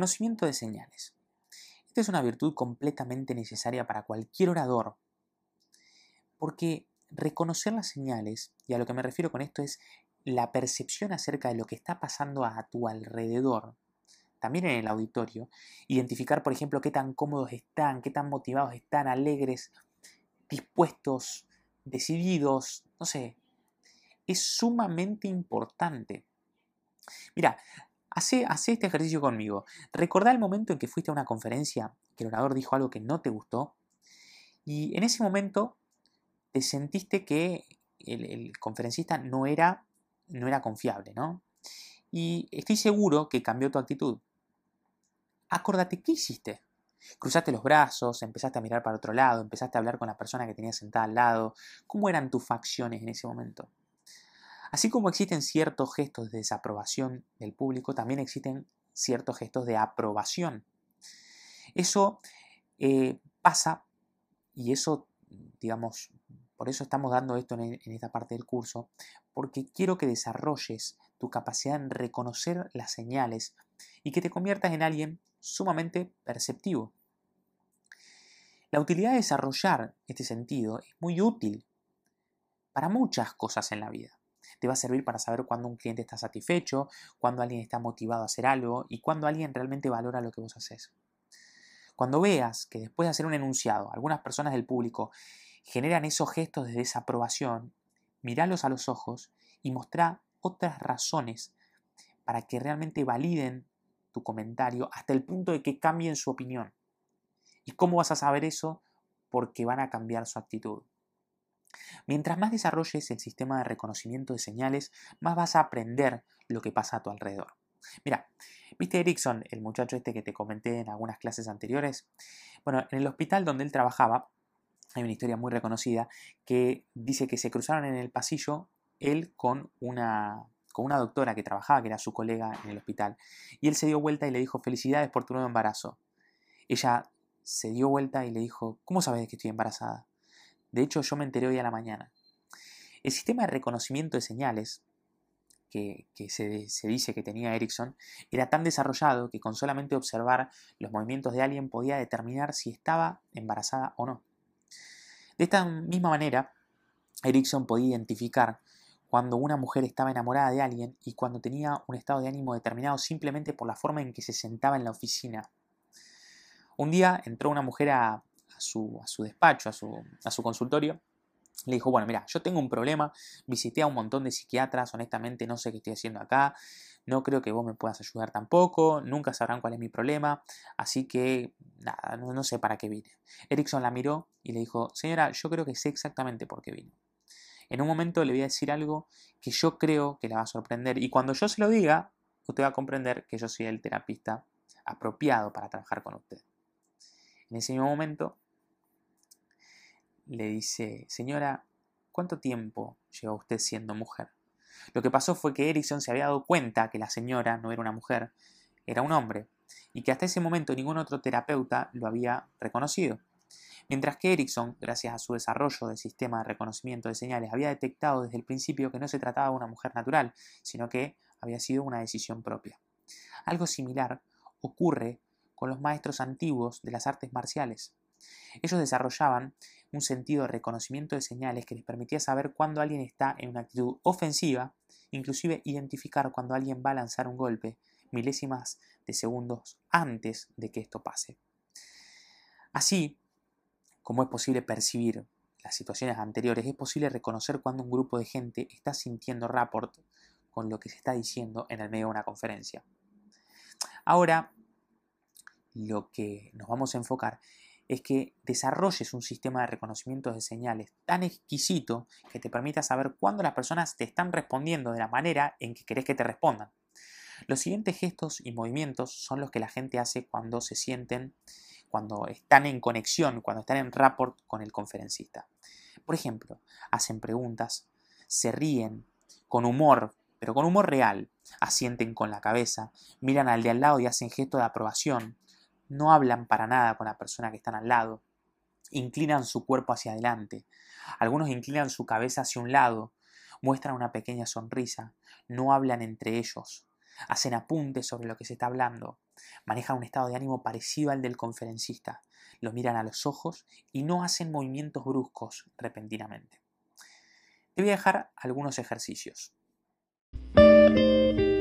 Reconocimiento de señales. Esta es una virtud completamente necesaria para cualquier orador, porque reconocer las señales, y a lo que me refiero con esto es la percepción acerca de lo que está pasando a tu alrededor, también en el auditorio, identificar, por ejemplo, qué tan cómodos están, qué tan motivados están, alegres, dispuestos, decididos, no sé, es sumamente importante. Mira, hace este ejercicio conmigo. Recordá el momento en que fuiste a una conferencia, que el orador dijo algo que no te gustó, y en ese momento te sentiste que el conferencista no era confiable, ¿no? Y estoy seguro que cambió tu actitud. Acordate, ¿qué hiciste? Cruzaste los brazos, empezaste a mirar para otro lado, empezaste a hablar con la persona que tenías sentada al lado. ¿Cómo eran tus facciones en ese momento? Así como existen ciertos gestos de desaprobación del público, también existen ciertos gestos de aprobación. Eso pasa, y eso, digamos, por eso estamos dando esto en esta parte del curso, porque quiero que desarrolles tu capacidad en reconocer las señales y que te conviertas en alguien sumamente perceptivo. La utilidad de desarrollar este sentido es muy útil para muchas cosas en la vida. Te va a servir para saber cuándo un cliente está satisfecho, cuándo alguien está motivado a hacer algo y cuándo alguien realmente valora lo que vos haces. Cuando veas que después de hacer un enunciado, algunas personas del público generan esos gestos de desaprobación, míralos a los ojos y mostrá otras razones para que realmente validen tu comentario hasta el punto de que cambien su opinión. ¿Y cómo vas a saber eso? Porque van a cambiar su actitud. Mientras más desarrolles el sistema de reconocimiento de señales, más vas a aprender lo que pasa a tu alrededor. Mira, ¿viste Erickson, el muchacho este que te comenté en algunas clases anteriores? Bueno, en el hospital donde él trabajaba, hay una historia muy reconocida que dice que se cruzaron en el pasillo él con una doctora que trabajaba, que era su colega en el hospital, y él se dio vuelta y le dijo: felicidades por tu nuevo embarazo. Ella se dio vuelta y le dijo: ¿cómo sabes que estoy embarazada? De hecho, yo me enteré hoy a la mañana. El sistema de reconocimiento de señales que se dice que tenía Erickson era tan desarrollado que con solamente observar los movimientos de alguien podía determinar si estaba embarazada o no. De esta misma manera, Erickson podía identificar cuando una mujer estaba enamorada de alguien y cuando tenía un estado de ánimo determinado simplemente por la forma en que se sentaba en la oficina. Un día entró una mujer a su despacho, a su consultorio. Le dijo: bueno, mira, yo tengo un problema, visité a un montón de psiquiatras, honestamente no sé qué estoy haciendo acá, no creo que vos me puedas ayudar tampoco, nunca sabrán cuál es mi problema, así que nada, no sé para qué vine. Erickson la miró y le dijo: señora, yo creo que sé exactamente por qué vino. En un momento le voy a decir algo que yo creo que la va a sorprender, y cuando yo se lo diga, usted va a comprender que yo soy el terapista apropiado para trabajar con usted. En ese mismo momento le dice: señora, ¿cuánto tiempo lleva usted siendo mujer? Lo que pasó fue que Erickson se había dado cuenta que la señora no era una mujer, era un hombre, y que hasta ese momento ningún otro terapeuta lo había reconocido. Mientras que Erickson, gracias a su desarrollo del sistema de reconocimiento de señales, había detectado desde el principio que no se trataba de una mujer natural, sino que había sido una decisión propia. Algo similar ocurre con los maestros antiguos de las artes marciales. Ellos desarrollaban un sentido de reconocimiento de señales que les permitía saber cuándo alguien está en una actitud ofensiva, inclusive identificar cuando alguien va a lanzar un golpe milésimas de segundos antes de que esto pase. Así como es posible percibir las situaciones anteriores, es posible reconocer cuando un grupo de gente está sintiendo rapport con lo que se está diciendo en el medio de una conferencia. Ahora, lo que nos vamos a enfocar es que desarrolles un sistema de reconocimiento de señales tan exquisito que te permita saber cuándo las personas te están respondiendo de la manera en que querés que te respondan. Los siguientes gestos y movimientos son los que la gente hace cuando se sienten, cuando están en conexión, cuando están en rapport con el conferencista. Por ejemplo, hacen preguntas, se ríen, con humor, pero con humor real, asienten con la cabeza, miran al de al lado y hacen gesto de aprobación, no hablan para nada con la persona que están al lado, inclinan su cuerpo hacia adelante, algunos inclinan su cabeza hacia un lado, muestran una pequeña sonrisa, no hablan entre ellos, hacen apuntes sobre lo que se está hablando, manejan un estado de ánimo parecido al del conferencista, lo miran a los ojos y no hacen movimientos bruscos repentinamente. Te voy a dejar algunos ejercicios.